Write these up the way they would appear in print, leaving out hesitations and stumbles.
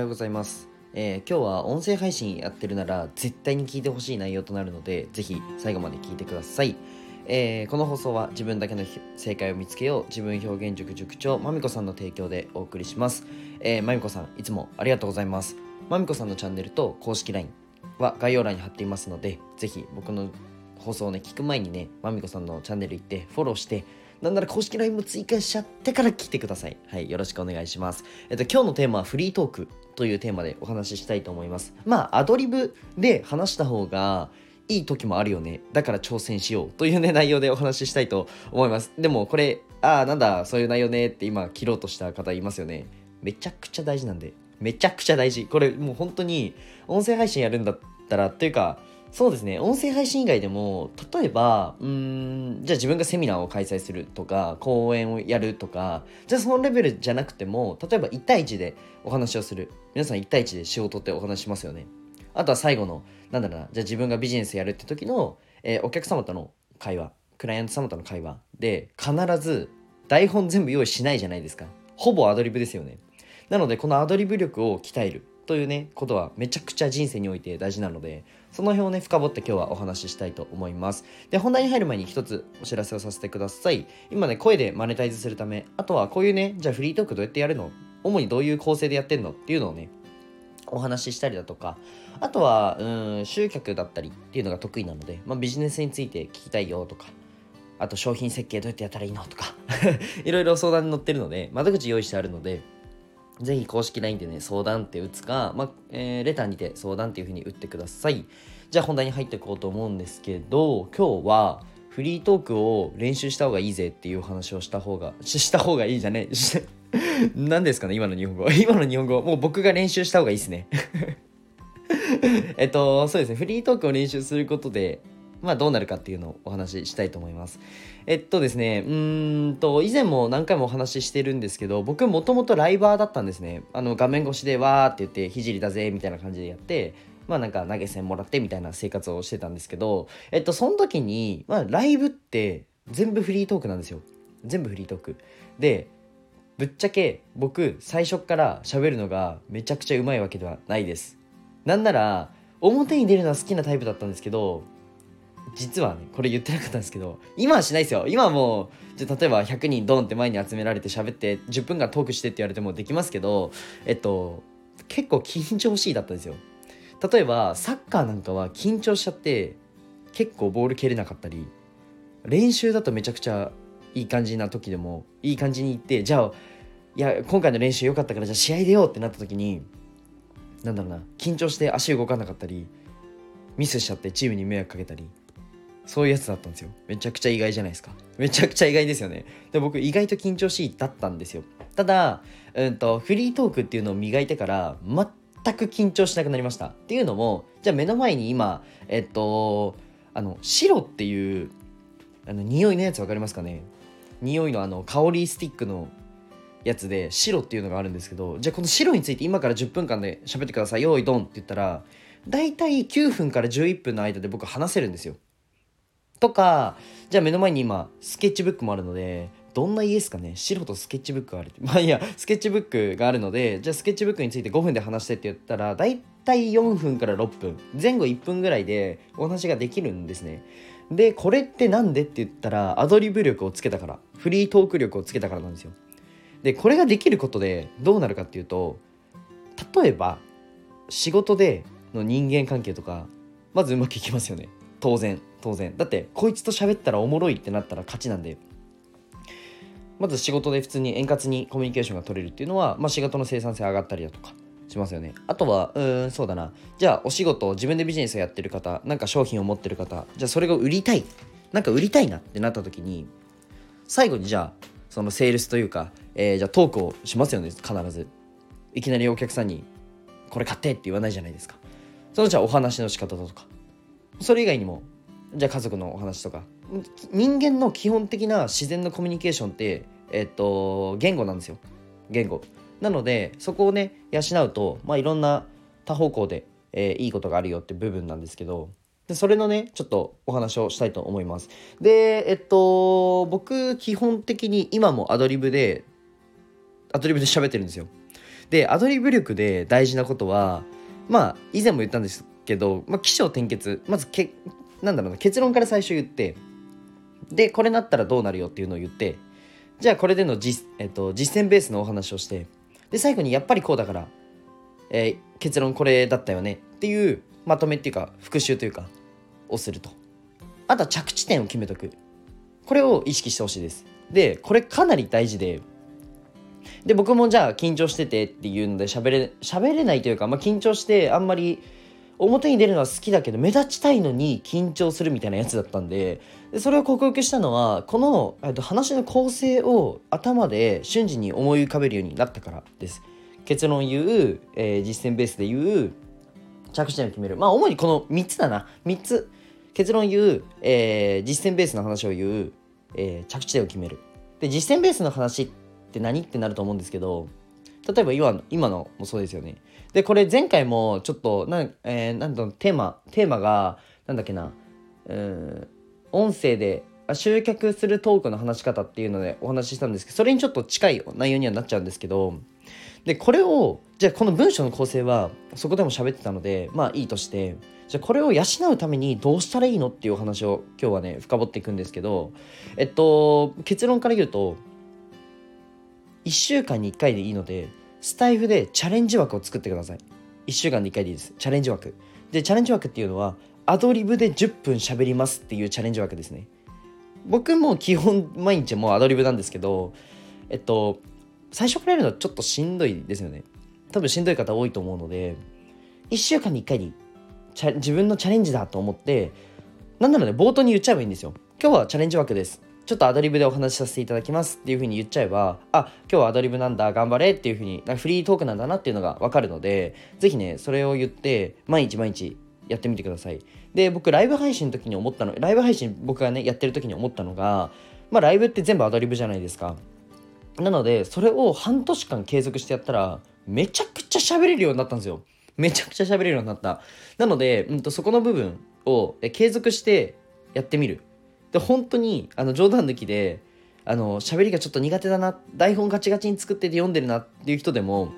うございます。今日は音声配信やってるなら絶対に聞いてほしい内容となるので、ぜひ最後まで聞いてください。この放送は自分だけの正解を見つけよう自分表現塾塾長まみこさんの提供でお送りします。まみこさんいつもありがとうございます。まみこさんのチャンネルと公式 LINE は概要欄に貼っていますので、ぜひ僕の放送をね聞く前にね、まみこさんのチャンネル行ってフォローして、なんなら公式 LINE も追加しちゃってから来てください。はい、よろしくお願いします。今日のテーマはフリートークというテーマでお話ししたいと思います。アドリブで話した方がいい時もあるよね。だから挑戦しようというね、内容でお話ししたいと思います。でもこれ、なんだ、そういう内容ねって今切ろうとした方いますよね。めちゃくちゃ大事なんで。めちゃくちゃ大事。これもう本当に音声配信やるんだったら、というか、そうですね、音声配信以外でも、例えばじゃあ自分がセミナーを開催するとか講演をやるとか、じゃあそのレベルじゃなくても、例えば1対1でお話をする。皆さん1対1で仕事ってお話しますよね。あとは最後のじゃあ自分がビジネスやるって時の、お客様との会話、クライアント様との会話で必ず台本全部用意しないじゃないですか。ほぼアドリブですよね。なのでこのアドリブ力を鍛えるというねことはめちゃくちゃ人生において大事なので、その辺をね深掘って今日はお話ししたいと思います。で、本題に入る前に一つお知らせをさせてください。今ね声でマネタイズするため、あとはこういうね、じゃあフリートークどうやってやるの、主にどういう構成でやってんのっていうのをねお話ししたりだとか、あとは集客だったりっていうのが得意なので、ビジネスについて聞きたいよとか、あと商品設計どうやってやったらいいのとかいろいろ相談に乗ってるので、窓口用意してあるので、ぜひ公式 LINE でね相談って打つか、レターにて相談っていう風に打ってください。じゃあ本題に入っていこうと思うんですけど、今日はフリートークを練習した方がいいぜっていう話をした方がいいじゃね何ですかね今の日本語今の日本語、もう僕が練習した方がいいですねそうですね、フリートークを練習することでどうなるかっていうのをお話ししたいと思います。ですね、以前も何回もお話ししてるんですけど、僕もともとライバーだったんですね。画面越しでわーって言ってひじりだぜみたいな感じでやって、なんか投げ銭もらってみたいな生活をしてたんですけど、その時にライブって全部フリートークなんですよ。全部フリートークで、ぶっちゃけ僕最初から喋るのがめちゃくちゃうまいわけではないです。なんなら表に出るのは好きなタイプだったんですけど、実はねこれ言ってなかったんですけど、今はしないですよ。今はもうじゃあ例えば100人ドンって前に集められて喋って10分間トークしてって言われてもできますけど、結構緊張しいだったんですよ。例えばサッカーなんかは緊張しちゃって結構ボール蹴れなかったり、練習だとめちゃくちゃいい感じな時でもいい感じにいって、じゃあいや今回の練習良かったからじゃあ試合出ようってなった時に、緊張して足動かなかったりミスしちゃってチームに迷惑かけたり、そういうやつだったんですよ。めちゃくちゃ意外じゃないですか。めちゃくちゃ意外ですよね。で、僕意外と緊張しいだったんですよ。ただ、フリートークっていうのを磨いてから全く緊張しなくなりました。っていうのも、じゃあ目の前に今白っていう匂いのやつわかりますかね。匂いの香りスティックのやつで白っていうのがあるんですけど、じゃあこの白について今から10分間で喋ってください、用意ドンって言ったらだいたい9分から11分の間で僕話せるんですよ。とか、じゃあ目の前に今スケッチブックもあるので、どんな家ですかね、白とスケッチブックがあるスケッチブックがあるので、じゃあスケッチブックについて5分で話してって言ったらだいたい4分から6分前後1分ぐらいでお話ができるんですね。で、これってなんでって言ったら、アドリブ力をつけたから、フリートーク力をつけたからなんですよ。で、これができることでどうなるかっていうと、例えば仕事での人間関係とかまずうまくいきますよね。当然だってこいつと喋ったらおもろいってなったら勝ちなんで、まず仕事で普通に円滑にコミュニケーションが取れるっていうのは、仕事の生産性上がったりだとかしますよね。あとはそうだな、じゃあお仕事自分でビジネスをやってる方、なんか商品を持ってる方、じゃあそれが売りたいなってなった時に、最後にじゃあそのセールスというか、じゃあトークをしますよね。必ずいきなりお客さんにこれ買ってって言わないじゃないですか。そのじゃあお話の仕方だとか、それ以外にもじゃあ家族のお話とか、人間の基本的な自然のコミュニケーションって言語なんですよ。言語なので、そこをね養うといろんな多方向で、いいことがあるよって部分なんですけど、でそれのねちょっとお話をしたいと思います。で僕基本的に今もアドリブで喋ってるんですよ。 でアドリブ力で大事なことは以前も言ったんですけど、起承転結、まず結論から最初言って、でこれなったらどうなるよっていうのを言って、じゃあこれでの実践ベースのお話をして、で最後にやっぱりこうだから、結論これだったよねっていうまとめっていうか復習というかをすると。あとは着地点を決めとく。これを意識してほしいです。でこれかなり大事で、僕もじゃあ緊張しててっていうので喋れないというか、緊張してあんまり表に出るのは好きだけど目立ちたいのに緊張するみたいなやつだったんで、それを克服したのはこの話の構成を頭で瞬時に思い浮かべるようになったからです。結論言う、実践ベースで言う、着地点を決める。主にこの3つだな。3つ。結論言う、実践ベースの話を言う、着地点を決める。で実践ベースの話って何ってなると思うんですけど、例えば今のもそうですよね。でこれ前回もちょっとテーマがなんだっけな、音声で集客するトークの話し方っていうのでお話ししたんですけど、それにちょっと近い内容にはなっちゃうんですけど、でこれをじゃあこの文章の構成はそこでも喋ってたのでいいとして、じゃあこれを養うためにどうしたらいいのっていうお話を今日はね深掘っていくんですけど、結論から言うと1週間に1回でいいのでスタイフでチャレンジ枠を作ってください。1週間に1回でいいです。チャレンジ枠で、チャレンジ枠っていうのはアドリブで10分喋りますっていうチャレンジ枠ですね。僕も基本毎日もうアドリブなんですけど、最初からやるのはちょっとしんどいですよね。多分しんどい方多いと思うので、1週間に1回に自分のチャレンジだと思って、なんならね冒頭に言っちゃえばいいんですよ。今日はチャレンジ枠です、ちょっとアドリブでお話しさせていただきますっていう風に言っちゃえば、今日はアドリブなんだ頑張れっていう風にフリートークなんだなっていうのが分かるので、ぜひねそれを言って毎日やってみてください。で僕ライブ配信の時に思ったの、僕がねやってる時に思ったのが、ライブって全部アドリブじゃないですか。なのでそれを半年間継続してやったらめちゃくちゃ喋れるようになったんですよ。めちゃくちゃ喋れるようになった。なので、そこの部分を継続してやってみる。で本当に冗談抜きで喋りがちょっと苦手だな、台本ガチガチに作ってて読んでるなっていう人でも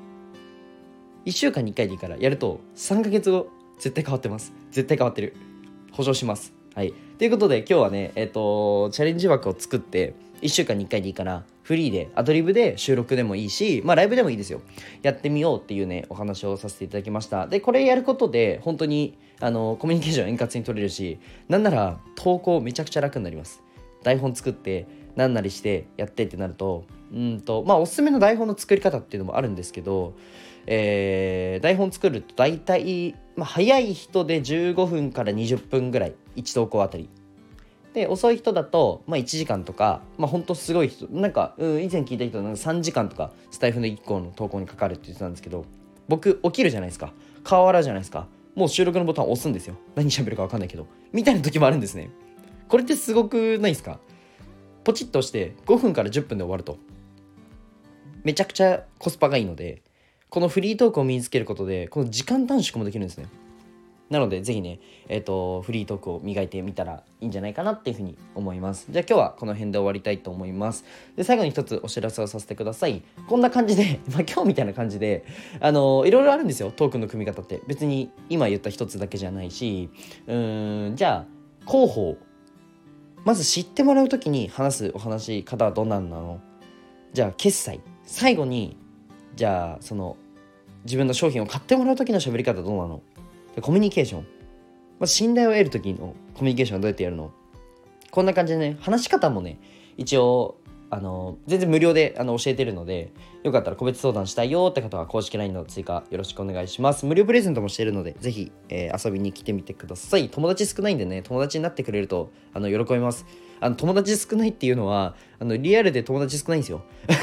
1週間に1回でいいからやると3ヶ月後絶対変わってます。絶対変わってる。保証します。はい。ということで今日はねチャレンジ枠を作って1週間に1回でいいからフリーでアドリブで収録でもいいし、ライブでもいいですよ、やってみようっていうねお話をさせていただきました。でこれやることで本当にコミュニケーション円滑に取れるし、なんなら投稿めちゃくちゃ楽になります。台本作って何なりしてやってってなるとおすすめの台本の作り方っていうのもあるんですけど、台本作ると大体、早い人で15分から20分ぐらい1投稿あたりで、遅い人だと、1時間とか、ほんとすごい人以前聞いた人は3時間とかスタイフの1個の投稿にかかるって言ってたんですけど、僕起きるじゃないですか、顔洗うじゃないですか、もう収録のボタン押すんですよ。何喋るか分かんないけどみたいな時もあるんですね。これってすごくないですか？ポチッと押して5分から10分で終わるとめちゃくちゃコスパがいいので、このフリートークを身につけることでこの時間短縮もできるんですね。なのでぜひね、フリートークを磨いてみたらいいんじゃないかなっていうふうに思います。じゃあ今日はこの辺で終わりたいと思います。で最後に一つお知らせをさせてください。こんな感じで、今日みたいな感じでいろいろあるんですよ。トークの組み方って別に今言った一つだけじゃないし、じゃあ広報、まず知ってもらうときに話すお話し方はどんなのなの、じゃあ決済、最後にじゃあその自分の商品を買ってもらうときの喋り方どうなの、コミュニケーション、信頼を得るときのコミュニケーションはどうやってやるの、こんな感じでね、話し方もね一応全然無料で教えてるので、よかったら個別相談したいよって方は公式 LINE の追加よろしくお願いします。無料プレゼントもしてるのでぜひ、遊びに来てみてください。友達少ないんでね、友達になってくれると喜びます。友達少ないっていうのはリアルで友達少ないんですよ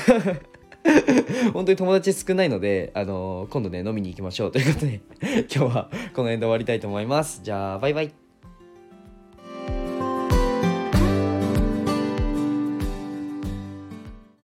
本当に友達少ないので今度ね飲みに行きましょうということで今日はこの辺で終わりたいと思います。じゃあバイバイ。